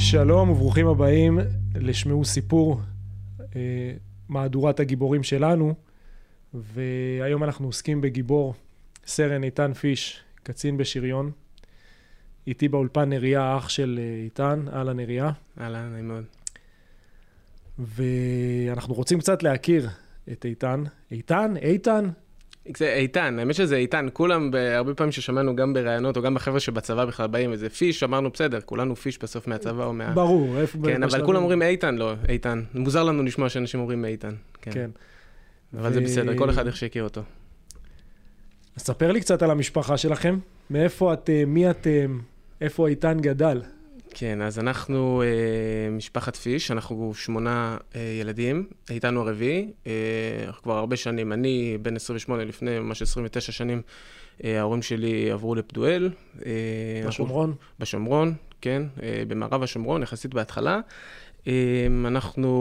שלום וברוכים הבאים לשמעו סיפור, מהדורת הגיבורים שלנו, והיום אנחנו עוסקים בגיבור סרן איתן פיש, קצין בשריון. איתי באולפן נריה, אח של איתן. אהלן נריה. אהלן, נעים מאוד. ואנחנו רוצים קצת להכיר את איתן. איתן? זה איתן, האמת שזה איתן, כולם הרבה פעמים ששמענו גם ברעיונות או גם בחבר'ה שבצבא בכלל באים איזה פיש, אמרנו בסדר, כולנו פיש בסוף מהצבא או מה... ברור. כן, אבל כולם אומרים איתן, לא, איתן. מוזר לנו לשמוע שאנשים אומרים איתן. כן. אבל זה בסדר, כל אחד איך שהכיר אותו. אז ספר לי קצת על המשפחה שלכם, מאיפה אתם, מי אתם, איפה איתן גדל? כן, אז אנחנו משפחת פיש, אנחנו 8 ילדים, איתן הוא הרביעי, אנחנו כבר הרבה שנים, אני בן 28 לפני ממש 29 שנים, ההורים שלי עברו לפדואל. בשומרון? בשומרון, כן, במערב השומרון, יחסית בהתחלה. אנחנו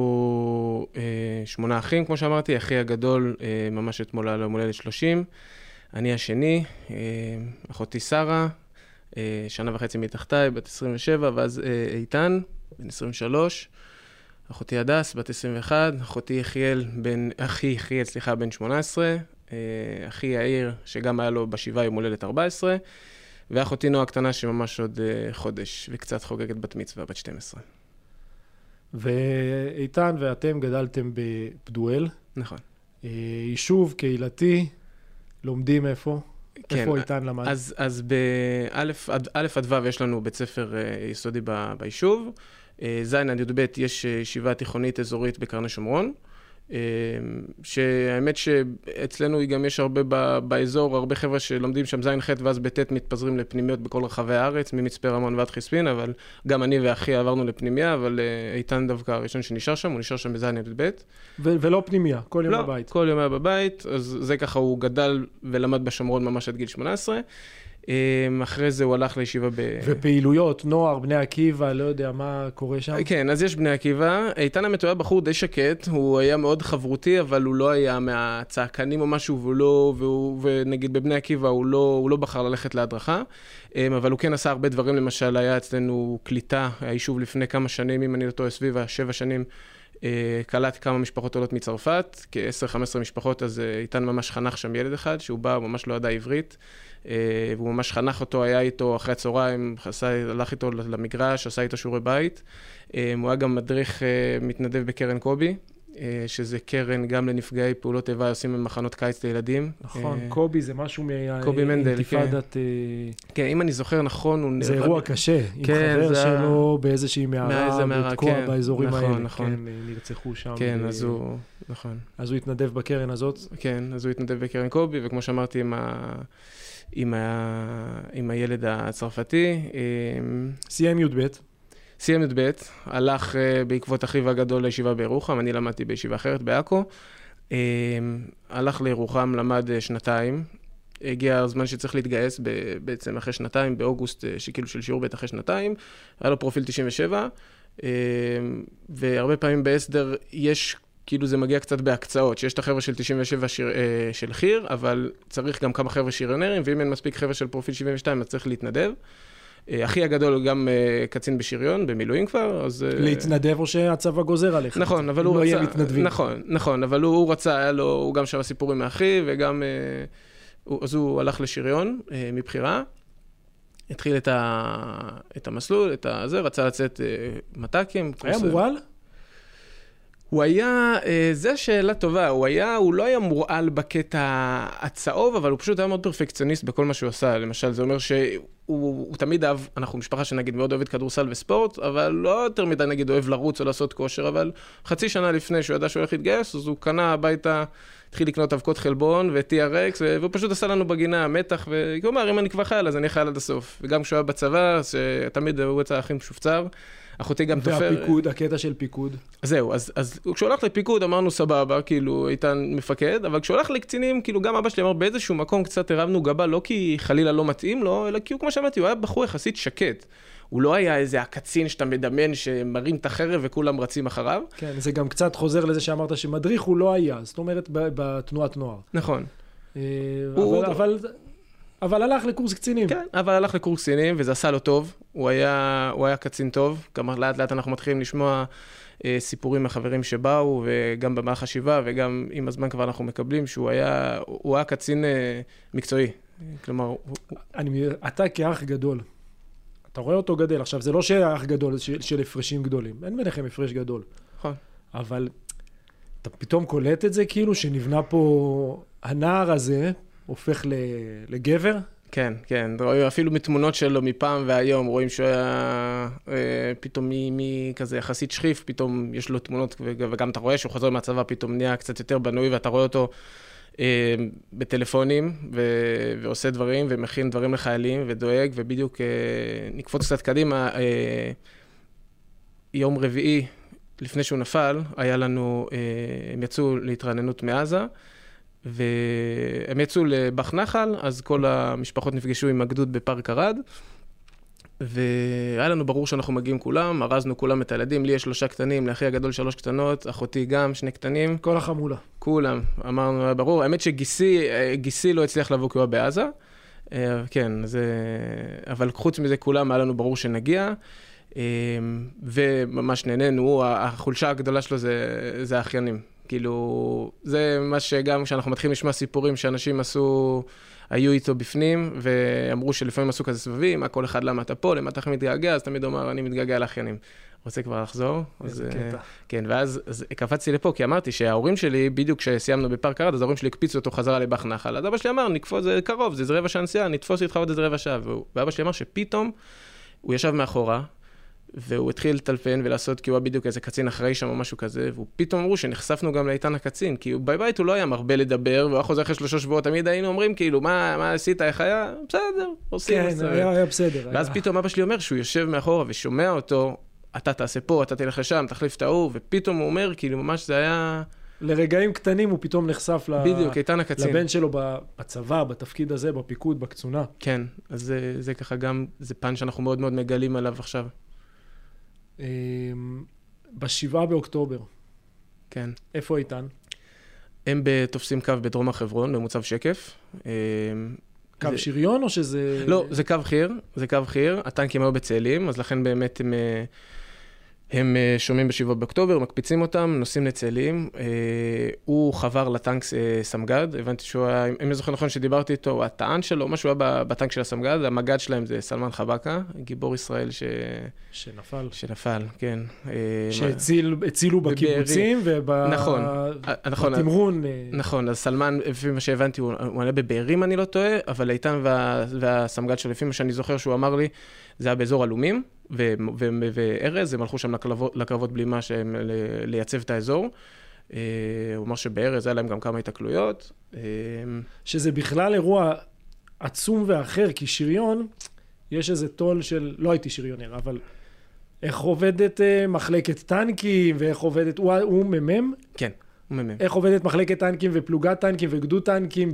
8 אחים, כמו שאמרתי, אחי הגדול ממש אתמול על המולדת 30, אני השני, אחותי שרה, 1.5 שנה מתחתיי, בת 27, ואז איתן, בן 23, אחותי הדס, בת 21, אחי יחיאל, בן 18, אחי יאיר, שגם היה לו בשבעה יום הולדת 14, ואחותי נועה קטנה שממש עוד חודש, וקצת חוגגת בת מצווה, בת 12. ואיתן ואתם גדלתם בפדואל. נכון. יישוב קהילתי, לומדים איפה? כן, איפה איתן למד? אז באלף עד ו' יש לנו בית ספר יסודי ביישוב. זין עד י"ב יש ישיבה תיכונית אזורית בקרני שומרון. שהאמת שאצלנו גם יש הרבה באזור, הרבה חבר'ה שלומדים שם זין ח' ואז ב' מתפזרים לפנימיות בכל רחבי הארץ, ממצפה רמון ועד חיספין, אבל גם אני ואחי עברנו לפנימיה, אבל איתן דווקא הראשון שנשאר שם, הוא נשאר שם בזין עד י"ב. ולא פנימיה, כל יום בבית. לא, כל יום היה בבית, אז זה ככה הוא גדל ולמד בשומרון ממש עד גיל 18. אחרי זה הוא הלך לישיבה ופעילויות, נוער, בני עקיבא, לא יודע מה קורה שם. כן, אז יש בני עקיבא. איתן האמת הוא היה בחור די שקט, הוא היה מאוד חברותי, אבל הוא לא היה מהצעקנים או משהו, ונגיד בבני עקיבא הוא לא בחר ללכת להדרכה, אבל הוא כן עשה הרבה דברים, למשל היה אצלנו קליטה, היישוב לפני כמה שנים, אם אני לא טועה, סביב 7 שנים, קלט כמה משפחות עולות מצרפת, כ-10-15 משפחות, אז איתן ממש חנך שם ילד אחד, שהוא בא, ממש לא ידע עברית, והוא ממש חנך אותו, היה איתו אחרי הצהריים, הלך איתו למגרש, עשה איתו שיעורי בית. הוא היה גם מדריך מתנדב בקרן קובי, שזה קרן גם לנפגעי פעולות איבה, עושים במחנות קיץ לילדים. נכון, קובי זה משהו מהאינתיפאדת. כן, אם אני זוכר נכון, זה אירוע קשה, עם חבר שלו באיזושהי מערה, בתקוע באזורים האלה, נרצחו שם. כן, אז הוא, נכון. אז הוא התנדב בקרן הזאת? כן, אז הוא התנדב בקרן קובי, וכמו שאמרתי, עם הילד הצרפתי. סיים י"ב. סיים י"ב, הלך בעקבות אחיו הגדול לישיבה בירוחם, אני למדתי בישיבה אחרת בעכו, הלך לירוחם, למד 2 הגיע הזמן שצריך להתגייס בעצם אחרי 2 באוגוסט, שכאילו של שיעור בית אחרי 2 היה לו פרופיל 97, והרבה פעמים בהסדר יש, כאילו זה מגיע קצת בהקצאות, שיש את החבר'ה של 97 של חיר, אבל צריך גם כמה חבר'ה שריונרים, ואם אין מספיק חבר'ה של פרופיל 72, אז צריך להתנדב. אחי הגדול גם קצין בשריון, במילואים כבר, אז... להתנדב או שהצבא גוזר עליך. נכון, אבל הוא רצה... נכון, אבל הוא רצה, היה לו, הוא גם שם סיפורים מאחי, וגם... אז הוא הלך לשריון מבחירה, התחיל את המסלול, את הזה, רצה לצאת מתקים. היה מורל? הוא היה, זו שאלה טובה, הוא לא היה מורעל בקטע הצהוב, אבל הוא פשוט היה מאוד פרפקציוניסט בכל מה שהוא עשה. למשל, זה אומר שהוא תמיד אהב, אנחנו משפחה שנגיד מאוד אוהבת כדורסל וספורט, אבל לא יותר מדי נגיד אוהב לרוץ או לעשות כושר, אבל חצי שנה לפני שהוא ידע שהוא הולך להתגייס, אז הוא קנה הביתה, התחיל לקנות אבקות חלבון ו-TRX, והוא פשוט עשה לנו בגינה מתח, וכלומר, אם אני כבר חייל, אז אני חייל עד הסוף. וגם כשהוא היה בצבא, שתמיד הוא יצא הכי משופצר, אחותי גם תופר... והפיקוד, הקטע של פיקוד. זהו, אז כשהוא הולך לפיקוד אמרנו סבבה, כאילו איתן מפקד, אבל כשהוא הולך לקצינים, כאילו גם אבא שלי אמר באיזשהו מקום קצת הרבנו גבה, לא כי חלילה לא מתאים לו, אלא כי הוא כמו שאמרתי, הוא היה בחור יחסית שקט. הוא לא היה איזה הקצין שאתה מדמיין שמרים את החרב וכולם רצים אחריו. כן, זה גם קצת חוזר לזה שאמרת שמדריך הוא לא היה, זאת אומרת בתנועת נוער. נכון. אבל הלך לקורס קצינים. כן, אבל הלך לקורס קצינים וזה עשה לו טוב. הוא היה קצין טוב, כלומר לאט לאט אנחנו מתחילים לשמוע סיפורים מהחברים שבאו, וגם במהלך השבעה, וגם עם הזמן כבר אנחנו מקבלים, שהוא היה קצין מקצועי. כלומר, אתה כאח גדול, אתה רואה אותו גדל. עכשיו, זה לא שאח גדול של הפרשים גדולים, אין ביניכם הפרש גדול. נכון. אבל אתה פתאום קולט את זה כאילו שנבנה פה, הנער הזה הופך לגבר. כן, כן. אפילו מתמונות שלו מפעם והיום, רואים שהוא היה פתאום מכזה יחסית שחיף, פתאום יש לו תמונות, וגם אתה רואה שהוא חוזר מהצבא, פתאום נהיה קצת יותר בנוי, ואתה רואה אותו בטלפונים, ועושה דברים, ומכין דברים לחיילים, ודואג, ובדיוק נקפוץ קצת קדימה. יום רביעי, לפני שהוא נפל, היה לנו, הם יצאו להתרעננות מעזה, והם יצאו לבח נחל, אז כל המשפחות נפגשו עם הגדוד בפארק ארד, והיה לנו ברור שאנחנו מגיעים כולם, ארזנו כולם את הילדים, לי יש 3 קטנים, לאחי הגדול 3 קטנות, אחותי גם 2 קטנים. כל החמולה. כולם, אמרנו, ברור. האמת שגיסי לא הצליח לבוא כי הוא בעזה, כן, אבל חוץ מזה כולם, היה לנו ברור שנגיע, וממש נהנינו, החולשה הגדולה שלו זה האחיינים. כאילו, זה מה שגם כשאנחנו מתחילים לשמוע סיפורים שאנשים היו איתו בפנים, ואמרו שלפעמים עשו כזה סבבים, כל אחד למה אתה פה, למה אתה מתגעגע, אז תמיד אומר, אני מתגעגע לאחיינים. רוצה כבר לחזור? איזה קטע. כן, ואז קפצתי לפה, כי אמרתי שההורים שלי, בדיוק כשסיימנו בפארק ארד, אז ההורים שלי הקפיצו אותו חזרה לבח נחל. אז אבא שלי אמר, נקפוץ, זה קרוב, זה רבע שעה נסיעה, נתפוס איתך עוד איזה רבע שעה. ואבא שלי אמר שפתאום הוא ישב מאחורה, והוא התחיל לטלפן ולעשות, כי הוא היה בדיוק איזה קצין אחראי שם או משהו כזה, והוא פתאום אמרו שנחשפנו גם לאיתן הקצין, כי בבית הוא לא היה מרבה לדבר, והוא היה חוזר אחרי 3 שבועות, תמיד היינו אומרים כאילו, מה עשית, איך היה? בסדר, עושים. כן, היה בסדר. ואז פתאום אבא שלי אומר שהוא יושב מאחורה ושומע אותו, אתה תעשה פה, אתה תלך לשם, תחליף את ההוא, ופתאום הוא אומר, כאילו ממש זה היה... לרגעים קטנים הוא פתאום נחשף בדיוק, איתן הקצין. לבן שלו בצבא, בתפקיד הזה, בפיקוד, בקצונה. כן, אז זה ככה גם, זה פן שאנחנו מאוד מאוד מגלים עליו עכשיו. ב7 באוקטובר. כן. איפה איתן? הם תופסים קו בדרום החברון, במוצב שקף. קו שריון או שזה... לא, זה קו חיר, זה קו חיר. הטנקים היו בצאלים, אז לכן באמת הם שומעים ב7 באוקטובר, מקפיצים אותם, נוסעים לצאלים. הוא חבר לטנק סמגד, הבנתי שהוא היה, אם אני זוכר נכון שדיברתי איתו, הטען שלו, משהו היה בטנק של הסמגד, המגד שלהם זה סלמן חבקה, גיבור ישראל שנפל, כן. שהצילו בקיבוצים ובתמרון. נכון, אז סלמן, לפי מה שהבנתי, הוא עלה בבארים, אני לא טועה, אבל איתן והסמגד שלו, לפי מה שאני זוכר שהוא אמר לי, זה היה באזור אלומים, וארז, הם הלכו שם לקרבות בלימה שהם לייצב את האזור. הוא אומר שבארז היה להם גם כמה התקלויות. שזה בכלל אירוע עצום ואחר, כי שריון, יש איזה טול של, לא הייתי שריונר, אבל איך עובדת מחלקת טנקים, ואיך עובדת, הוא ממם? כן, הוא ממם. איך עובדת מחלקת טנקים ופלוגת טנקים וגדוד טנקים,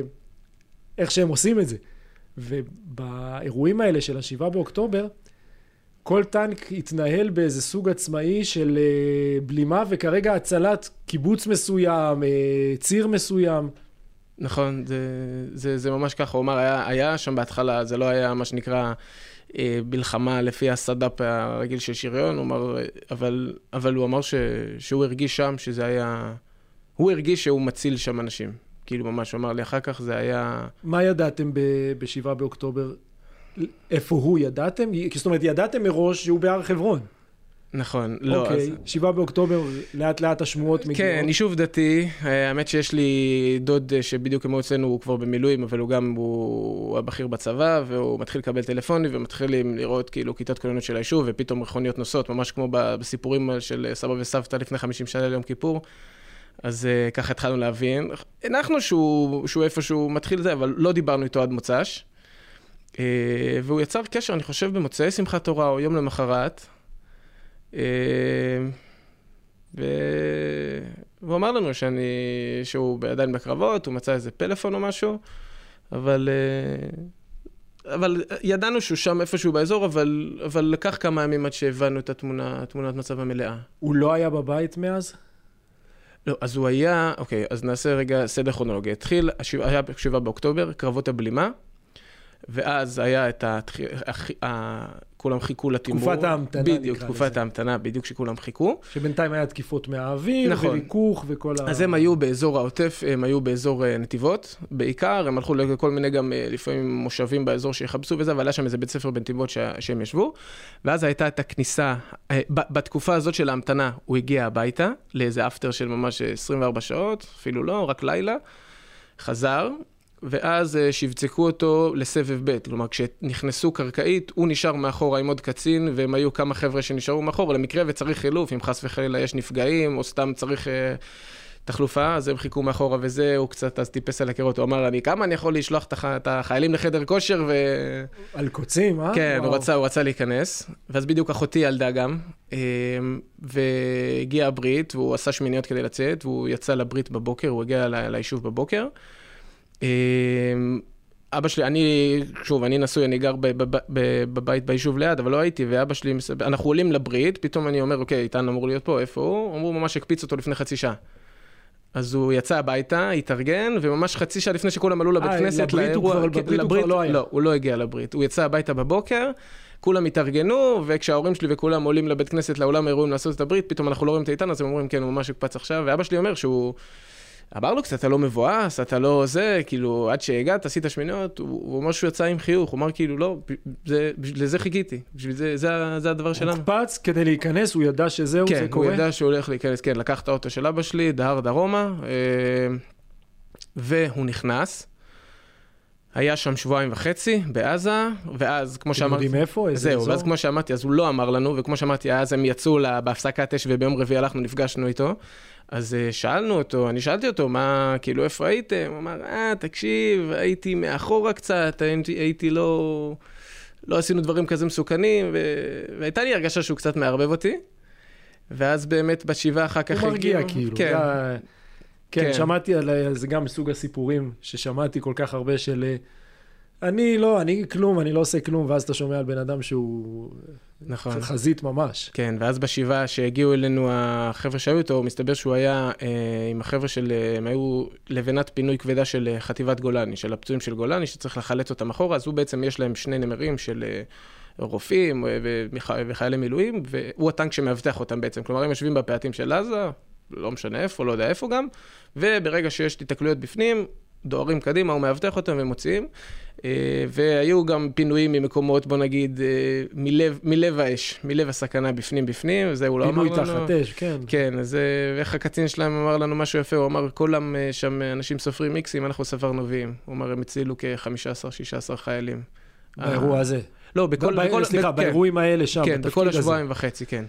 איך שהם עושים את זה. ובאירועים האלה של 7 באוקטובר, כל טנק התנהל באיזה סוג עצמאי של בלימה, וכרגע הצלת קיבוץ מסוים, ציר מסוים. נכון, זה ממש ככה, הוא אמר, היה שם בהתחלה, זה לא היה מה שנקרא מלחמה לפי הסד"פ הרגיל של שריון, הוא אמר, אבל הוא אמר שהוא הרגיש שם שזה היה, הוא הרגיש שהוא מציל שם אנשים. כאילו ממש, הוא אמר לי, אחר כך זה היה... מה ידעתם ב7 באוקטובר? איפה הוא ידעתם? זאת אומרת, ידעתם מראש שהוא בהר חברון. נכון, לא. אוקיי, 7 באוקטובר, לאט לאט השמועות מגיעות. כן, יישוב דתי. האמת שיש לי דוד שבדיוק כמו אצלנו הוא כבר במילואים, אבל הוא הבכיר בצבא, והוא מתחיל לקבל טלפונים, ומתחילים לראות כאילו כיתות כוננות של היישוב, ופתאום מכוניות נוסעות, ממש כמו בסיפורים של סבא וסבתא לפני 50 שנה ליום כיפור. אז ככה התחלנו להבין. הנחנו שהוא איפשהו מתחיל זה, אבל לא דיברנו איתו עד מוצ"ש. והוא יצר קשר, אני חושב, במוצאי שמחת תורה, או יום למחרת. והוא אמר לנו שהוא עדיין בקרבות, הוא מצא איזה פלאפון או משהו, אבל ידענו שהוא שם איפשהו באזור, אבל לקח כמה ימים עד שהבנו את תמונת מצב המלאה. הוא לא היה בבית מאז? לא, אז הוא היה, אוקיי, אז נעשה רגע סדר כרונולוגי. התחיל, היה 7 באוקטובר, קרבות הבלימה, ואז היה את כולם חיכו לתימור. תקופת ההמתנה. בדיוק, תקופת ההמתנה, בדיוק שכולם חיכו. שבינתיים היה תקיפות מהאוויר, נכון. וריכוך וכל אז הם היו באזור העוטף, הם היו באזור נתיבות, בעיקר, הם הלכו לכל מיני גם לפעמים מושבים באזור שיחפשו וזה, אבל היה שם איזה בית ספר בנתיבות שהם ישבו, ואז הייתה את הכניסה, בתקופה הזאת של ההמתנה, הוא הגיע הביתה, לאיזה אפטר של ממש 24 שעות, אפילו לא, רק לילה, חזר, ואז שבצקו אותו לסבב ב', כלומר, כשנכנסו קרקעית, הוא נשאר מאחורה עם עוד קצין, והם היו כמה חבר'ה שנשארו מאחורה, למקרה וצריך חילוף, אם חס וחלילה יש נפגעים, או סתם צריך תחלופה, אז הם חיכו מאחורה, וזה, הוא קצת אז טיפס על הקירות, הוא אמר, כמה אני יכול לשלוח את החיילים לחדר כושר, על קוצים, אה? כן, הוא רצה להיכנס, ואז בדיוק אחותי ילדה גם, והגיע הברית, והוא עשה שמיניות כדי לצאת, והוא יצא לברית בבוקר, הוא הגיע ליישוב בבוקר, אבא שלי, אני נשוי, אני גר בבית ביישוב ליד, אבל לא הייתי, ואבא שלי, אנחנו עולים לברית, פתאום אני אומר, אוקיי, איתן אמור להיות פה, איפה הוא? אמרו, ממש הקפיץ אותו לפני חצי שעה. אז הוא יצא הביתה, התארגן, וממש חצי שעה לפני שכולם עלו לבית כנסת, לברית הוא כבר לא היה. לא, הוא לא הגיע לברית. הוא יצא הביתה בבוקר, כולם התארגנו, וכשההורים שלי וכולם עולים לבית כנסת, לעולם האירועים לעשות את הברית, פתאום אנחנו לא רואים את איתן, אז הם אומרים, כן, הוא ממש הקפץ עכשיו, ואבא שלי אומר שהוא אמר לו קצת, אתה לא מבואס, אתה לא זה, כאילו, עד שהגעת, עשית שמיניות, הוא אומר שהוא יצא עם חיוך, הוא אמר כאילו, לא, לזה חיכיתי, בשביל זה הדבר שלנו. הוא קפץ כדי להיכנס, הוא ידע שזהו, זה קורה? כן, הוא ידע שהוא הולך להיכנס, כן, לקח את האוטו של אבא שלי, דהר דרומה, והוא נכנס, היה שם 2.5 שבועות בעזה, ואז כמו שאמרתי... יודעים איפה? זהו, ואז כמו שאמרתי, אז הוא לא אמר לנו, וכמו שאמרתי, אז הם יצאו בהפסקת אש, וביום רביעי הלכנו, נפגשנו איתו, אז שאלנו אותו, אני שאלתי אותו, מה, כאילו, איפה הייתם? הוא אמר, תקשיב, הייתי מאחורה קצת, הייתי לא עשינו דברים כזה מסוכנים, והייתה לי הרגשה שהוא קצת מערבב אותי, ואז באמת בשבעה אחר כך הוא מרגיע כאילו. כן. כן, שמעתי על זה גם מסוג הסיפורים ששמעתי כל כך הרבה של אני כלום, אני לא עושה כלום, ואז אתה שומע על בן אדם שהוא נכון. חזית ממש. כן, ואז בשבעה שהגיעו אלינו החבר'ה שהיו איתו, מסתבר שהוא היה עם החבר'ה הם היו לבנת פינוי כבדה של חטיבת גולני, של הפצועים של גולני, שצריך לחלץ אותם אחורה, אז הוא בעצם יש להם 2 נמרים של רופאים וחיילי מילואים, והוא הטנק שמאבטח אותם בעצם, כלומר הם יושבים בפעטים של עזה, לא משנה איפה, לא יודע איפה גם, וברגע שיש תתקלויות בפנים, דוהרים קדימה, הוא מאבטח אותם ומוציאים, והיו גם פינויים ממקומות, בוא נגיד, מלב האש, מלב הסכנה בפנים, וזה הוא לא אמר לנו. פינוי תחת אש, כן. כן, אז איך הקצין שלהם אמר לנו משהו יפה, הוא אמר, כולם שם אנשים סופרים מיקסים, אנחנו ספרנו ויים. הוא אמר, הם הצילו כ-15-16 חיילים. באירוע הזה. לא, באירועים האלה שם. כן, בכל 2.5 שבועות, כן.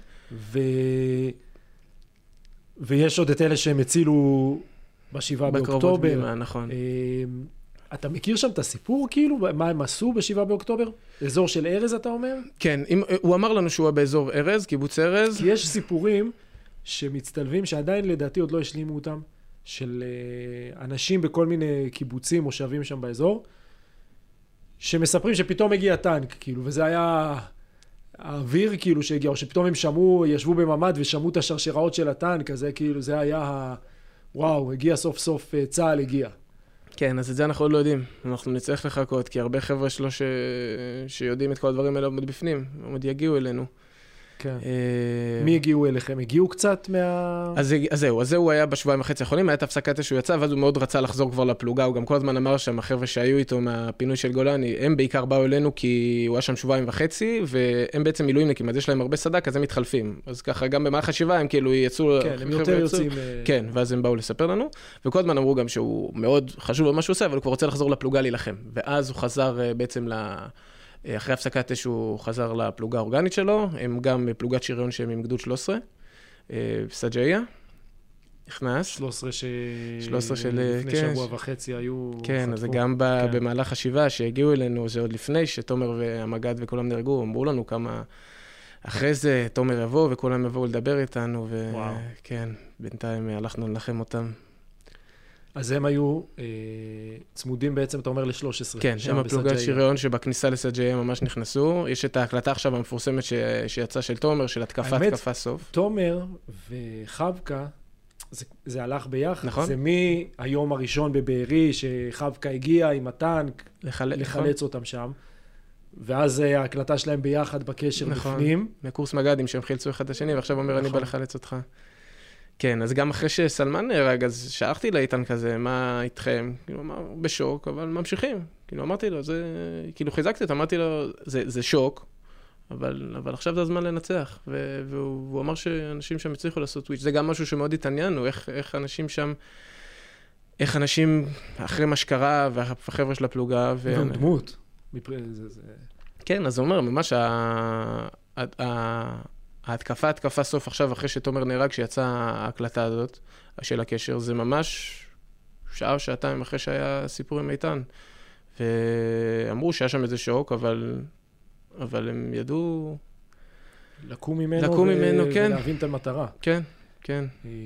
ויש עוד את אלה שהם הצילו ב7 באוקטובר. נכון. אתה מכיר שם את הסיפור כאילו? מה הם עשו ב7 באוקטובר? אזור של ארז אתה אומר? כן, הוא אמר לנו שהוא היה באזור ארז, קיבוץ ארז. כי יש סיפורים שמצטלבים, שעדיין לדעתי עוד לא השלימו אותם, של אנשים בכל מיני קיבוצים, מושבים שם באזור, שמספרים שפתאום הגיע טנק, כאילו, וזה היה האוויר כאילו שהגיע, או שפתאום הם ישבו בממד ושמעו את השרשראות של הטנק, אז זה כאילו, זה היה וואו, הגיע סוף סוף, צה"ל הגיע. כן, אז את זה אנחנו עוד לא יודעים. אנחנו נצטרך לחכות, כי הרבה חבר'ה שלו שיודעים את כל הדברים האלה עוד בפנים, עוד יגיעו אלינו. כן. מי הגיעו אליכם? הגיעו קצת אז זהו היה בשבועיים וחצי האחרונים, היה את הפסקת שהוא יצא, ואז הוא מאוד רצה לחזור כבר לפלוגה, הוא גם כל הזמן אמר שם, החבר'ה שהיו איתו מהפינוי של גולני, הם בעיקר באו אלינו כי הוא היה שם 2.5 שבועות, והם בעצם מילואימניקים, אז יש להם הרבה סדק, אז הם מתחלפים. אז ככה גם במהלך השבעה הם כאילו יצאו... כן, הם יותר יוצאים... כן, ואז הם באו לספר לנו, וכל הזמן אמרו גם שהוא מאוד חשוב במה שהוא עושה, אבל הוא כבר רוצה לחזור לפלוגה להילחם. ואז הוא חזר בעצם אחרי הפסקת אש הוא חזר לפלוגה האורגנית שלו, הם גם פלוגת שריון שהם עם גדוד 13, בסג'איה, נכנס. 13 לפני שבוע וחצי היו... כן, אז זה גם במהלך השבעה שהגיעו אלינו, זה עוד לפני שתומר והמגד וכולם נהרגו, אמרו לנו כמה... אחרי זה תומר יבוא וכולם יבואו לדבר איתנו, וכן, בינתיים הלכנו לנחם אותם. אז הם היו צמודים בעצם, אתה אומר, ל-13. כן, הם הפלוגת שריון שבכניסה לסג'איה ממש נכנסו. יש את ההקלטה עכשיו המפורסמת שיצאה של תומר, של התקפה סוף. תומר וחבקה, זה הלך ביחד. נכון. זה מהיום הראשון בבארי, שחבקה הגיע עם הטנק, לחלץ אותם שם. ואז ההקלטה שלהם ביחד בקשר בפנים. מקורס מג"דים שהם חילצו אחד את השני, ועכשיו אומר, אני בא לחלץ אותך. כן, אז גם אחרי שסלמן נהרג, אז שלחתי לאיתן כזה, מה איתכם? כאילו, אמר, בשוק, אבל ממשיכים. כאילו, אמרתי לו, כאילו, חיזקתי אותו, אמרתי לו, זה שוק, אבל עכשיו זה הזמן לנצח. והוא אמר שאנשים שם הצליחו לעשות טוויץ'. זה גם משהו שמאוד התעניינו, איך אנשים שם, איך אנשים אחרי מה שקרה, והחבר'ה של הפלוגה. גם דמות. כן, אז הוא אומר, ממש ההתקפה סוף עכשיו, אחרי שתומר נהרג, שיצאה ההקלטה הזאת, של הקשר, זה ממש שעה, שעתיים אחרי שהיה סיפור עם איתן. ואמרו שהיה שם איזה שוק, אבל הם ידעו לקום ממנו כן. ולהבין את המטרה. כן, כן.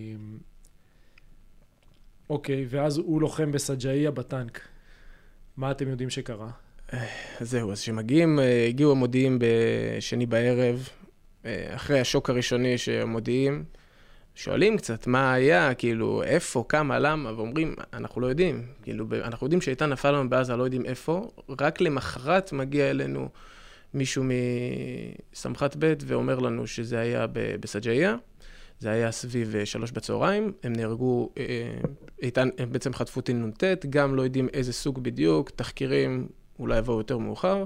אוקיי, ואז הוא לוחם בסג'איה בטנק. מה אתם יודעים שקרה? זהו, אז שמגיעים, הגיעו המודיעים בשני בערב, אחרי השוק הראשוני שמודיעים, שואלים קצת מה היה, כאילו, איפה, כמה, למה, ואומרים, אנחנו לא יודעים. כאילו, אנחנו יודעים שאיתן נפל לנו בעזה, לא יודעים איפה, רק למחרת מגיע אלינו מישהו מסמכת בית ואומר לנו שזה היה בסג'איה, זה היה סביב 3 בצהריים, הם נהרגו, איתן, הם בעצם חטפו תינונטט, גם לא יודעים איזה סוג בדיוק, תחקירים אולי יבואו יותר מאוחר.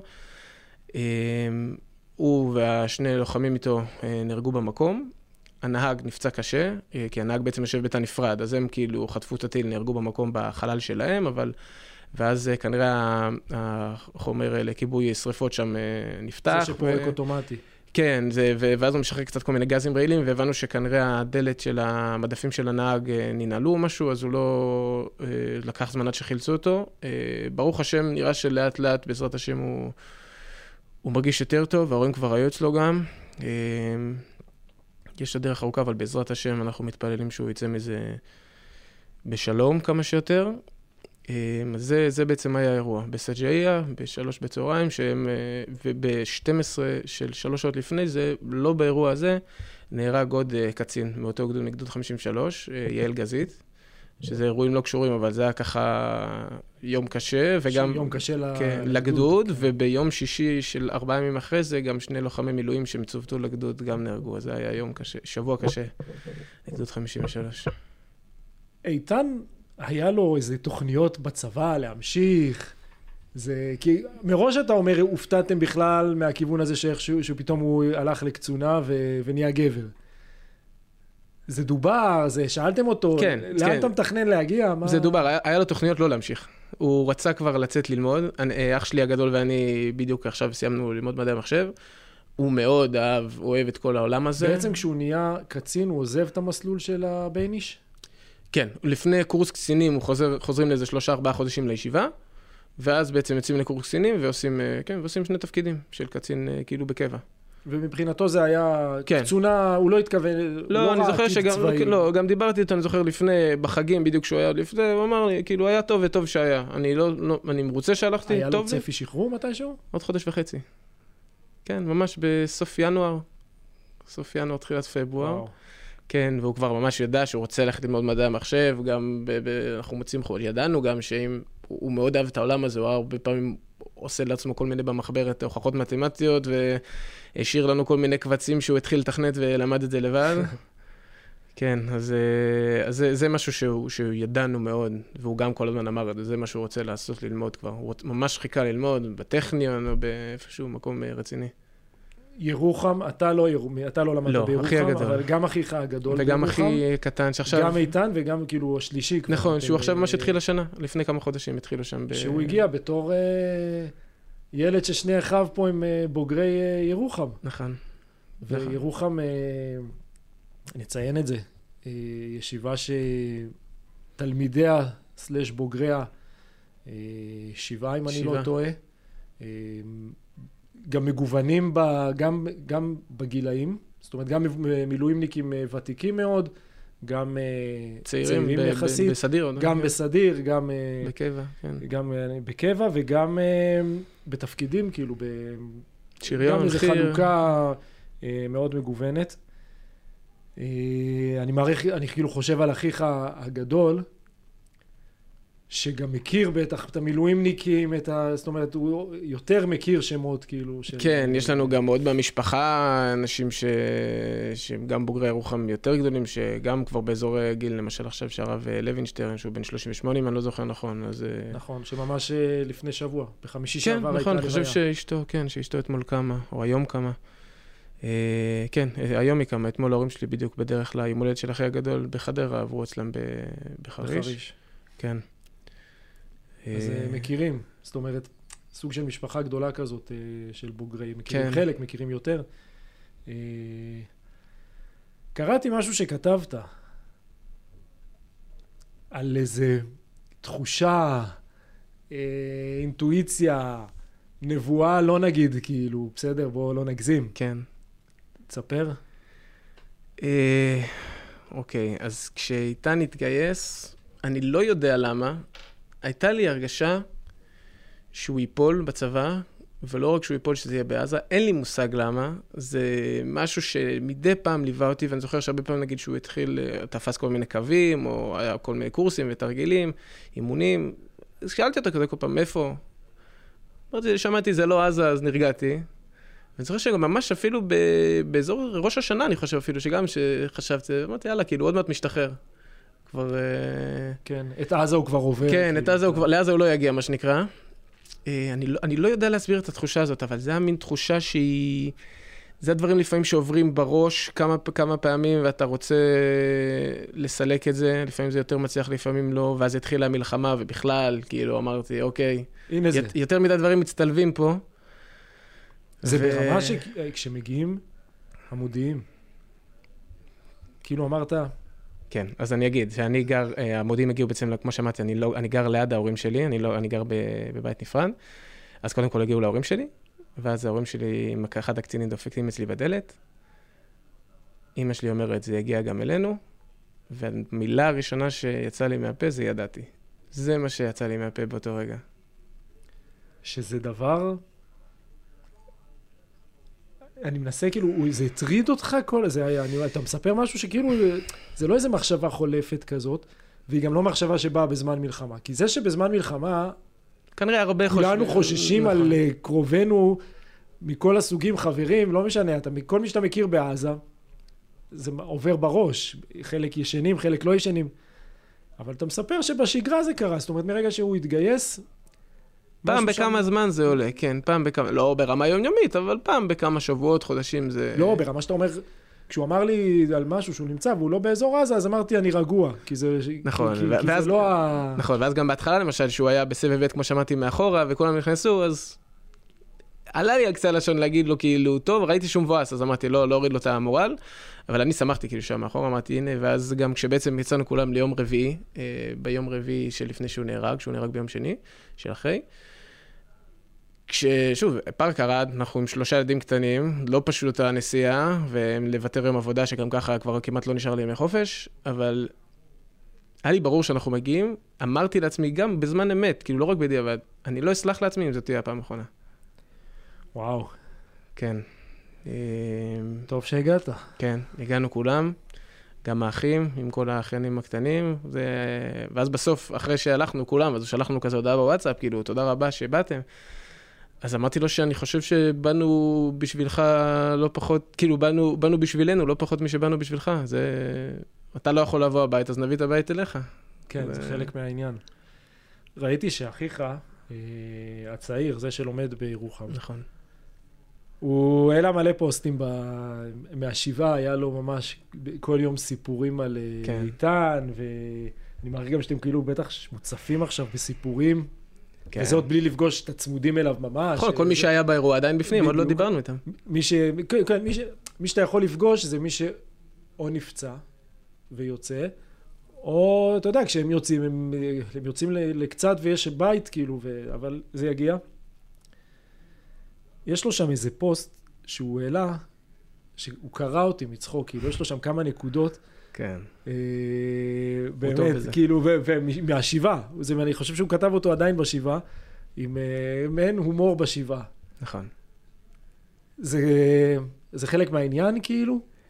הוא והשני לוחמים איתו נהרגו במקום, הנהג נפצע קשה, כי הנהג בעצם יושב בתא נפרד, אז הם כאילו חטפו את הטיל, נהרגו במקום בחלל שלהם, ואז כנראה החומר לכיבוי שריפות שם נפתח. זה שפורק אוטומטי. כן, ואז הוא משחרר קצת כל מיני גזים רעילים, והבנו שכנראה הדלת של המדפים של הנהג ננעלו או משהו, אז הוא לא לקח זמן עד שחילצו אותו. ברוך השם, נראה שלאט לאט, בעזרת השם, הוא מרגיש יותר טוב, וההורים כבר היו אצלו גם. יש את הדרך ארוכה, אבל בעזרת השם אנחנו מתפללים שהוא יצא מזה בשלום כמה שיותר. זה בעצם היה האירוע. בסג'איה, ב3 בצהריים, וב-12 של 3 שעות לפני זה, לא באירוע הזה, נהרג עוד קצין מאותו גדוד, מגדוד 53, יעל גזית, שזה אירועים לא קשורים, אבל זה היה ככה יום קשה, וגם יום קשה לגדוד, וביום שישי של 4 ימים אחרי זה, גם 2 לוחמי מילואים שמצוותו לגדוד גם נהרגו, אז זה היה יום קשה, שבוע קשה, לגדוד 53. איתן, היה לו איזה תוכניות בצבא להמשיך, זה, כי מראש אתה אומר, הופתעתם בכלל מהכיוון הזה שפתאום הוא הלך לקצונה ונהיה גבר. זה דובר, זה שאלתם אותו, כן, לאן כן. אתה מתכנן להגיע? זה דובר, היה לו תוכניות לא להמשיך. הוא רצה כבר לצאת ללמוד, אח שלי הגדול ואני בדיוק עכשיו סיימנו ללמוד מדעי המחשב, הוא מאוד אוהב את כל העולם הזה. בעצם כשהוא נהיה קצין, הוא עוזב את המסלול של הבייניש? כן, לפני קורס קצינים חוזרים לאיזה 3-4 חודשים לישיבה, ואז בעצם יוצאים לקורס קצינים ועושים 2 תפקידים של קצין כאילו בקבע. ומבחינתו זה היה כן. קצונה, הוא לא התכוון, לא, אני זוכר שגם, לא, גם דיברתי איתו, אני זוכר לפני, בחגים בדיוק שהוא היה לפני, הוא אמר לי, כאילו היה טוב וטוב שהיה, אני מרוצה שהלכתי, היה טוב. לו צפי שחרור מתישהו? עוד 1.5 חודש. כן, ממש בסוף ינואר, תחילת פברואר. וואו. כן, והוא כבר ממש ידע שהוא רוצה ללכת ללמוד מדעי המחשב, גם אנחנו מוצאים ידענו גם שאם הוא מאוד אהב את העולם הזה, הוא הרבה פעמים עושה לעצמו כל מיני במחברת הוכחות מתמטיות, והשאיר לנו כל מיני קבצים שהוא התחיל לתכנת ולמד את זה לבד. כן, אז זה משהו שהוא ידענו מאוד, והוא גם כל הזמן אמר, זה מה שהוא רוצה לעשות, ללמוד כבר. הוא ממש חיכה ללמוד בטכניון או באיפשהו מקום רציני. ירוחם, אתה לא למדת בירוחם, אבל גם אחיך הגדול וגם אחי קטן שעכשיו... גם איתן וגם כאילו השלישי. נכון, שהוא עכשיו ממש התחיל השנה, לפני כמה חודשים התחילו שם. שהוא הגיע בתור ילד ששני אחיו פה עם בוגרי ירוחם. נכון. וירוחם, נציין את זה, ישיבה שתלמידיה סלש בוגריה, 7 אם אני לא טועה, גם מגוונים גם בגילאים, זאת אומרת גם מילואימניקים ותיקים מאוד, גם צעירים יחסית, בסדיר, גם בסדיר, גם בקבע, כן. גם בקבע וגם בתפקידים, כאילו, שריון, גם איזו חלוקה מאוד מגוונת. אני כאילו חושב על אחיך הגדול, שגם מכיר בטח את המילואימניקים, זאת אומרת, הוא יותר מכיר שמות כאילו. כן, יש לנו גם עוד במשפחה, אנשים שהם גם בוגרי ירוחם יותר גדולים, שגם כבר באזור גיל, למשל עכשיו שהרב לוינשטרן, שהוא בן 38, אם אני לא זוכר נכון, אז... נכון, שממש לפני שבוע, בחמישי כן, שעבר נכון, אני חושב שאשתו אתמול קמה, או היום קמה. כן, היום היא קמה, אתמול ההורים שלי בדיוק בדרך ליום הולדת של אחי הגדול בחדרה, עברו אצלם בחריש. כן. אז מכירים, זאת אומרת, סוג של משפחה גדולה כזאת של בוגרי, מכירים כן. חלק, מכירים יותר. קראתי משהו שכתבת על איזה תחושה, אינטואיציה, נבואה, לא נגיד, כאילו, בסדר, בואו לא נגזים. כן. תספר. אוקיי, אז כשאיתן התגייס, אני לא יודע למה, הייתה לי הרגשה שהוא ייפול בצבא, ולא רק שהוא ייפול שזה יהיה בעזה, אין לי מושג למה, זה משהו שמדי פעם ליווה אותי, ואני זוכר שהרבה פעמים נגיד שהוא התחיל, תפס כל מיני קווים, או היה כל מיני קורסים ותרגילים, אימונים, אז שאלתי אותו כזה כל פעם, איפה? אמרתי, שמעתי, זה לא עזה, אז נרגעתי. ואני זוכר שגם ממש אפילו באזור ראש השנה, אני חושב אפילו, שגם שחשבתי, אמרתי, יאללה, כאילו, עוד מעט משתחרר. כבר... כן, את עזה הוא כבר עובר. כן, את עזה הוא כבר, לעזה הוא לא יגיע, מה שנקרא. אני לא יודע להסביר את התחושה הזאת, אבל זה המין תחושה שהיא... זה הדברים לפעמים שעוברים בראש כמה פעמים, ואתה רוצה לסלק את זה, לפעמים זה יותר מצליח, לפעמים לא, ואז התחילה המלחמה, ובכלל, כאילו, אמרתי, אוקיי, הנה זה. יותר מדי דברים מצטלבים פה. זה ברמה שכשמגיעים המודיעים, כאילו אמרת... כן, אז אני אגיד, שאני גר, המודיעים הגיעו בעצם, כמו שאמרתי, אני גר ליד ההורים שלי, אני גר בבית נפרד, אז קודם כל הגיעו להורים שלי, ואז ההורים שלי, אחד הקצינים דופקים אצלי בדלת, אמא שלי אומרת, זה יגיע גם אלינו, והמילה הראשונה שיצאה לי מהפה זה ידעתי. זה מה שיצא לי מהפה באותו רגע. שזה דבר... אני מנסה, כאילו, זה הטריד אותך כל זה, אתה מספר משהו שכאילו, זה לא איזה מחשבה חולפת כזאת, והיא גם לא מחשבה שבאה בזמן מלחמה. כי זה שבזמן מלחמה, כנראה הרבה כולנו חוששים על קרובנו, מכל הסוגים, חברים, לא משנה, כל מי שאתה מכיר בעזה, זה עובר בראש, חלק ישנים, חלק לא ישנים, אבל אתה מספר שבשגרה זה קרה, זאת אומרת, מרגע שהוא התגייס, פעם בכמה זמן זה עולה, כן, פעם בכמה, לא ברמה יומיומית, אבל פעם בכמה שבועות, חודשים זה... לא, ברמה שאתה אומר, כשהוא אמר לי על משהו שהוא נמצא והוא לא באזור עזה, אז אמרתי, אני רגוע, כי זה... נכון, כי זה לא ה... נכון, ואז גם בהתחלה למשל, שהוא היה בסבב ב' כמו שמעתי מאחורה, וכולם נכנסו, אז... עלה לי על קצה לשון להגיד לו כאילו, טוב, ראיתי שהוא מבואס, אז אמרתי, לא הוריד לו את המורל, אבל אני שמחתי כאילו שם מאחורה, אמרתי, הנה, ואז גם כשבעצם יצאנו כולם ליום רביעי, ביום רביעי שלפני שהוא נהרג ביום שני, של אחרי, כששוב, פארק ערד, אנחנו עם 3 ילדים קטנים, לא פשוט הנסיעה, ולוותר יום עבודה שגם ככה כבר כמעט לא נשאר לי ימי חופש, אבל היה לי ברור שאנחנו מגיעים, אמרתי לעצמי גם בזמן אמת, כאילו לא רק בדיעבד, אני לא אסלח לעצמי אם זאת תהיה הפעם האחרונה. וואו. כן. טוב שהגעת. כן, הגענו כולם, גם האחים, עם כל האחיינים הקטנים, ואז בסוף, אחרי שהלכנו כולם, אז שלחנו כזה הודעה בוואטסאפ, כאילו, תודה רבה שבאתם. אז אמרתי לו שאני חושב שבאנו בשבילך לא פחות, כאילו, באנו בשבילנו, לא פחות משבאנו בשבילך. אתה לא יכול לבוא הבית, אז נביא את הבית אליך. כן, זה חלק מהעניין. ראיתי שאחיך, הצעיר, זה שלומד בירוחם. נכון. הוא העלה מלא פוסטים מהשבעה, היה לו ממש כל יום סיפורים על איתן, ואני מרגיש גם שאתם כאילו בטח מוצפים עכשיו בסיפורים, וזה עוד בלי לפגוש את הצמודים אליו ממש. נכון, כל מי שהיה באירוע עדיין בפנים, עוד לא דיברנו איתם. מי שאתה יכול לפגוש זה מי שאו נפצע ויוצא, או אתה יודע, כשהם יוצאים, הם יוצאים לקצת ויש בית כאילו, אבל זה יגיע. יש לו שם איזה פוסט שהוא העלה, שהוא קרא אותי מצחוק, כאילו יש לו שם כמה נקודות. כן. באמת, כאילו, ומהשבעה. אני חושב שהוא כתב אותו עדיין בשבעה, עם מעין הומור בשבעה. נכון. זה חלק מהעניין, כאילו?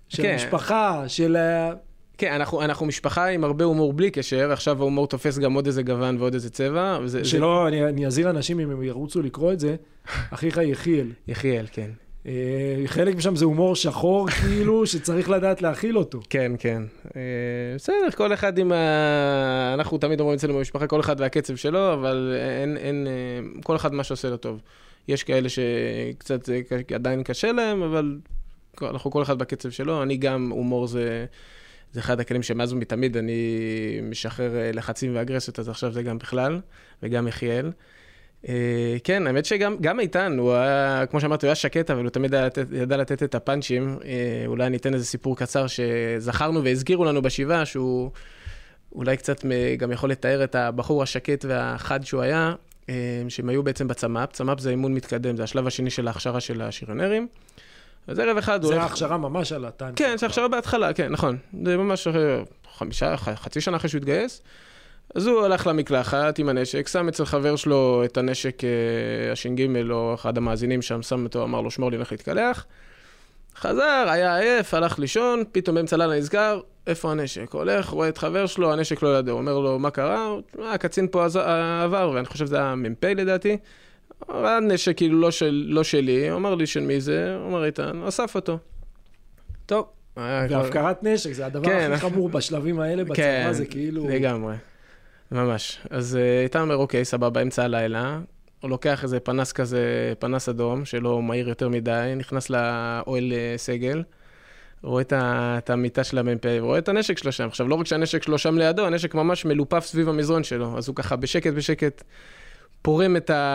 של המשפחה, של... כן, אנחנו משפחה עם הרבה הומור בלי קשר, עכשיו ההומור תופס גם עוד איזה גוון ועוד איזה צבע. שלא, אני אזיל אנשים אם הם ירוצו לקרוא את זה, אחיך יחיאל. יחיאל, כן. חלק משם זה הומור שחור, כאילו, שצריך לדעת להכיל אותו. כן, כן. בסדר, כל אחד עם אנחנו תמיד אומרים אצלנו במשפחה, כל אחד והקצב שלו, אבל אין כל אחד מה שעושה לו טוב. יש כאלה שקצת עדיין קשה להם, אבל אנחנו כל אחד בקצב שלו. אני גם, הומור זה אחד הכלים שמאז ומתמיד אני משחרר לחצים ואגרסיות, אז עכשיו זה גם בכלל, וגם יחיאל. כן, האמת שגם איתן, הוא היה, כמו שאמרתי, הוא היה שקט, אבל הוא תמיד ידע לתת את הפאנצ'ים. אולי ניתן איזה סיפור קצר שזכרנו והזכירו לנו בשבעה, שהוא אולי קצת גם יכול לתאר את הבחור השקט והחד שהוא היה, שהם היו בעצם בצמ"פ. צמ"פ זה אימון מתקדם, זה השלב השני של ההכשרה של השריונרים. אז ערב אחד... זה ההכשרה ממש על הטנק. כן, זה ההכשרה בהתחלה, כן, נכון. זה ממש חצי שנה אחרי שהוא התגייס. אז הוא הלך למקלחת עם הנשק, שם אצל חבר שלו את הנשק הש"ג, או אחד המאזינים שם, שם אותו, אמר לו, שמור לי, הולך להתקלח. חזר, היה עייף, הלך לישון, פתאום באמצע לילה נזכר, איפה הנשק? הולך, רואה את חבר שלו, הנשק לא לידו, אומר לו, מה קרה? הקצין פה עבר, ואני חושב שזה היה מ"פ לדעתי. הנשק כאילו לא שלי, אמר לי של מי זה, אומר איתן, אסף אותו. טוב. והפקרת נשק, זה הדבר הכי חמור בשלבים האלה, בצבא זה כאילו... לגמרי. ממש. אז איתן אומר, אוקיי, סבבה, באמצע הלילה, הוא לוקח איזה פנס כזה, פנס אדום, שלא מהיר יותר מדי, נכנס לאוהל סגל, רואה את המיטה של המ"פ, ורואה את הנשק שלו שם. עכשיו, לא רק שהנשק שלו שם לידו, הנשק ממש מלופף סביב המזרון שלו, אז הוא ככה בשקט פורם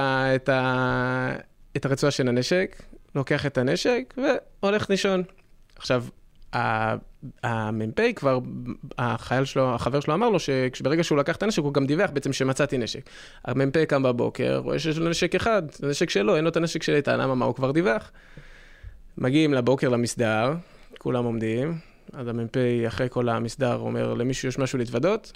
את הרצועה של הנשק, לוקח את הנשק והולך לישון. עכשיו, המ"פ כבר, החבר שלו אמר לו שברגע שהוא לקח את הנשק, הוא גם דיווח בעצם שמצאתי נשק. המ"פ קם בבוקר, רואה שיש לו נשק אחד, זה נשק שלו, אין לו את הנשק של איתן, למה מה הוא כבר דיווח? מגיעים לבוקר למסדר, כולם עומדים, אז המ"פ אחרי כל המסדר אומר, למישהו יש משהו להתוודות?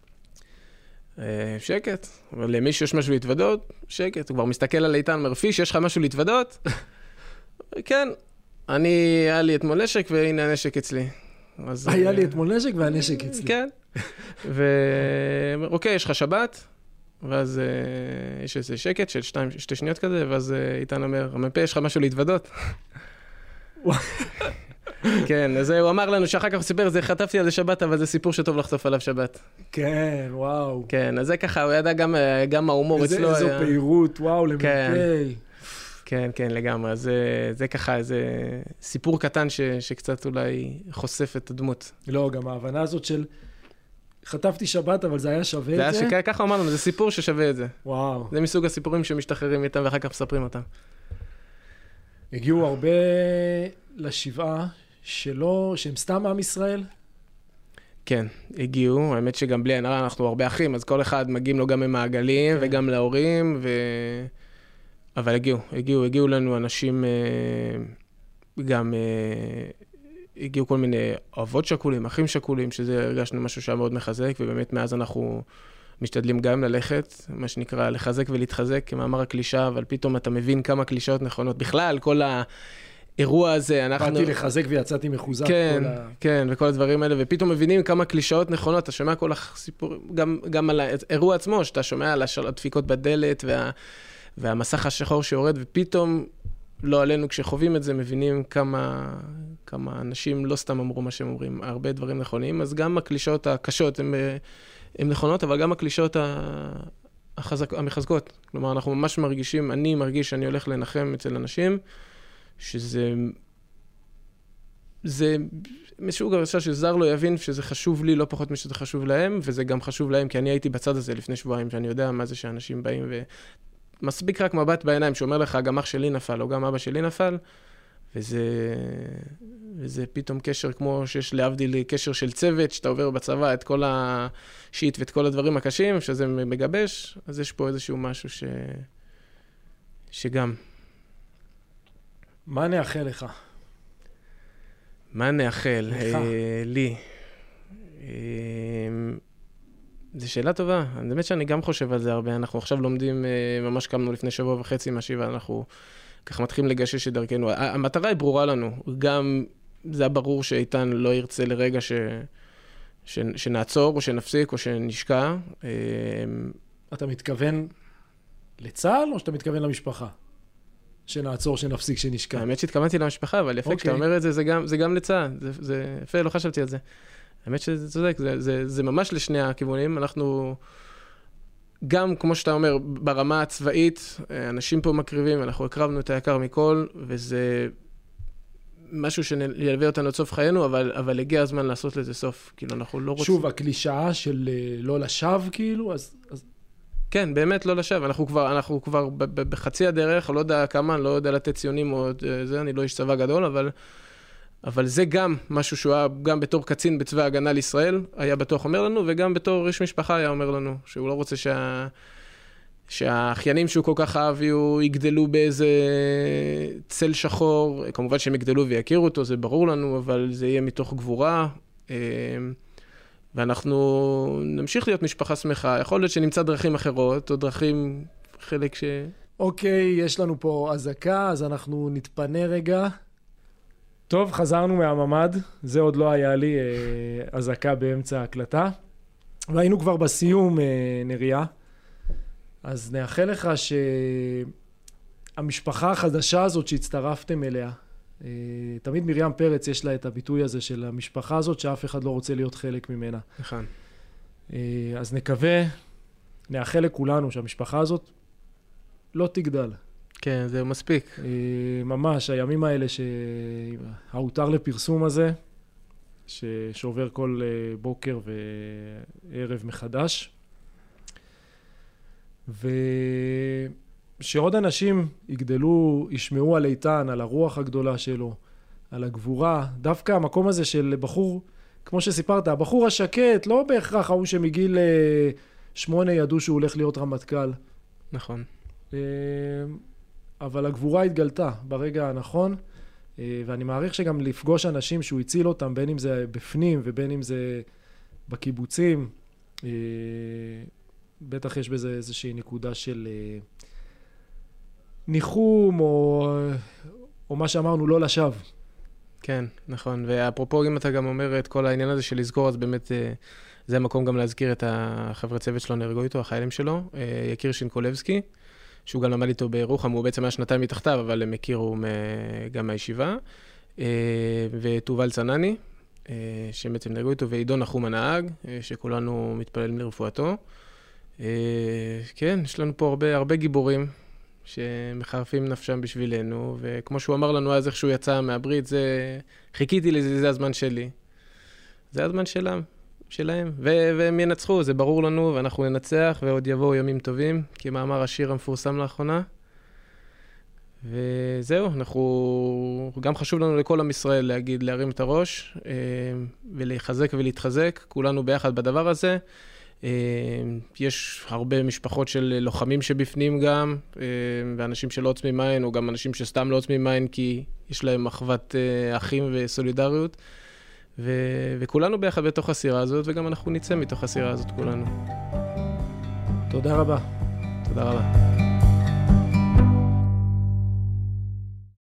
שקט. למישהו יש משהו להתוודות? שקט. הוא כבר מסתכל על איתן, אומר, פיש, יש לך משהו להתוודות? כן. היה לי אתמול נשק, והנה הנשק אצלי. היה לי אתמול נשק והנשק אצלי. כן. אוקיי, יש לך שבת, ואז יש איזה שקט של 2 שניות כזה, ואז איתן אומר, המ"פ, יש לך משהו להתוודות? כן, אז הוא אמר לנו שאחר כך הוא סיפר, חטפתי על זה שבת, אבל זה סיפור שטוב לחטוף עליו שבת. כן, וואו. כן, אז זה ככה, הוא ידע גם ההומור אצלו. איזו פעירות, וואו, למ"פ. כן, כן, לגמרי. זה ככה איזה סיפור קטן שקצת אולי חושף את הדמות. לא, גם ההבנה הזאת של חטפתי שבת, אבל זה היה שווה את זה. ככה אמרנו, זה סיפור ששווה את זה. וואו. זה מסוג הסיפורים שמשתחררים איתם ואחר כך מספרים אותם. הגיעו הרבה לשבעה שהם סתם עם ישראל? כן, הגיעו. האמת שגם בלי הנראה אנחנו הרבה אחים, אז כל אחד מגיעים לו גם ממעגלים וגם להורים אבל הגיעו לנו אנשים, גם הגיעו כל מיני אבות שכולים, אחים שכולים, שזה הרגשנו משהו שהיה מאוד מחזק, ובאמת מאז אנחנו משתדלים גם ללכת, מה שנקרא לחזק ולהתחזק, כמאמר הקלישה, אבל פתאום אתה מבין כמה קלישאות נכונות. בכלל, כל האירוע הזה, באתי לחזק ויצאתי מחוזק. כן, כן, וכל הדברים האלה, ופתאום מבינים כמה קלישאות נכונות, אתה שומע כל הסיפור, גם על האירוע עצמו, שאתה שומע על הדפיקות בדלת והמסך השחור שיורד, ופתאום, לא עלינו, כשחווים את זה, מבינים כמה אנשים לא סתם אמרו מה שהם אומרים, הרבה דברים נכונים, אז גם הקלישאות הקשות הן נכונות, אבל גם הקלישאות המחזקות. כלומר, אנחנו ממש מרגישים, אני מרגיש שאני הולך לנחם אצל אנשים, שזה משהו גרשה שזר לא יבין שזה חשוב לי, לא פחות משזה חשוב להם, וזה גם חשוב להם, כי אני הייתי בצד הזה לפני שבועיים, שאני יודע מה זה שאנשים באים מספיק רק מבט בעיניים שאומר לך, גם אח שלי נפל, או גם אבא שלי נפל, וזה פתאום קשר כמו שיש להבדיל קשר של צוות, שאתה עובר בצבא את כל השיט ואת כל הדברים הקשים, שזה מגבש, אז יש פה איזשהו משהו שגם. מה נאחל לך? מה נאחל? לי. זו שאלה טובה. אני באמת שאני גם חושב על זה הרבה. אנחנו עכשיו לומדים, ממש קמנו לפני 1.5 שבוע מהשיבה, אנחנו ככה מתחילים לגשש את דרכנו. המטרה היא ברורה לנו. גם זה היה ברור שאיתן לא ירצה לרגע שנעצור, או שנפסיק, או שנשקע. אתה מתכוון לצה"ל, או שאתה מתכוון למשפחה? שנעצור, שנפסיק, שנשקע. האמת שהתכוונתי למשפחה, אבל יפה, כשאתה אומר את זה, זה גם לצה"ל. זה יפה, לא חשבתי על זה. האמת שזה צודק, זה ממש לשני הכיוונים. אנחנו, גם כמו שאתה אומר, ברמה הצבאית, אנשים פה מקריבים, אנחנו הקרבנו את היקר מכל, וזה משהו שילווה אותנו עד סוף חיינו, אבל הגיע הזמן לעשות לזה סוף. כאילו, אנחנו לא רוצים... שוב, הקלישאה של לא לשווא, כאילו, אז... כן, באמת לא לשווא. אנחנו כבר בחצי הדרך, לא יודע כמה, לא יודע לתת ציונים או זה, אני לא איש צבא גדול, אבל זה גם משהו שהוא היה, גם בתור קצין בצבא ההגנה לישראל, היה בטוח אומר לנו, וגם בתור איש משפחה היה אומר לנו, שהוא לא רוצה שהאחיינים שהוא כל כך אהב יגדלו באיזה צל שחור, כמובן שהם יגדלו ויכירו אותו, זה ברור לנו, אבל זה יהיה מתוך גבורה, ואנחנו נמשיך להיות משפחה שמחה. יכול להיות שנמצא דרכים אחרות, או דרכים חלק ש... אוקיי, יש לנו פה אזעקה, אז אנחנו נתפנה רגע. טוב, חזרנו מהממד, זה עוד לא היה לי אזעקה באמצע ההקלטה, והיינו כבר בסיום, נריה. אז נאחל לך שהמשפחה החדשה הזאת שהצטרפתם אליה, תמיד מרים פרץ יש לה את הביטוי הזה של המשפחה הזאת שאף אחד לא רוצה להיות חלק ממנה. נכון. אז נקווה, נאחל לכולנו שהמשפחה הזאת לא תגדל. כן, זה מספיק. ממש, הימים האלה שהאותר לפרסום הזה, שעובר כל בוקר וערב מחדש, ושעוד אנשים יגדלו, ישמעו על איתן, על הרוח הגדולה שלו, על הגבורה, דווקא המקום הזה של בחור, כמו שסיפרת, הבחור השקט, לא בהכרח ההוא שמגיל 8 ידעו שהוא הולך להיות רמטכ"ל. נכון. אבל הגבורה התגלתה ברגע הנכון, ואני מעריך שגם לפגוש אנשים שהוא הציל אותם, בין אם זה בפנים ובין אם זה בקיבוצים, בטח יש בזה איזושהי נקודה של ניחום, או מה שאמרנו, לא לשווא. כן, נכון. ואפרופו, אם אתה גם אומר את כל העניין הזה של לזכור, אז באמת זה המקום גם להזכיר את החברי צוות שלו, נהרגו איתו, החיילים שלו, יקיר שינקולבסקי, שהוא גם למד איתו בירוחם, הוא בעצם היה שנתיים מתחתיו, אבל הם הכירו גם מהישיבה, וטובל צנני, שהם בעצם נהרגו איתו, ועידון נחום הנהג, שכולנו מתפללים לרפואתו. כן, יש לנו פה הרבה גיבורים שמחרפים נפשם בשבילנו, וכמו שהוא אמר לנו אז איך שהוא יצא מהברית, חיכיתי לזה, זה הזמן שלי. זה הזמן שלהם, והם ינצחו, זה ברור לנו, ואנחנו ננצח, ועוד יבואו ימים טובים, כמאמר השיר המפורסם לאחרונה. וזהו, גם חשוב לנו לכל עם ישראל להגיד, להרים את הראש, ולהחזק ולהתחזק, כולנו ביחד בדבר הזה. יש הרבה משפחות של לוחמים שבפנים גם, ואנשים שלא עוצמים עין, או גם אנשים שסתם לא עוצמים עין, כי יש להם אחוות אחים וסולידריות. וכולנו ביחד בתוך הסירה הזאת, וגם אנחנו נצא מתוך הסירה הזאת כולנו. תודה רבה. תודה רבה.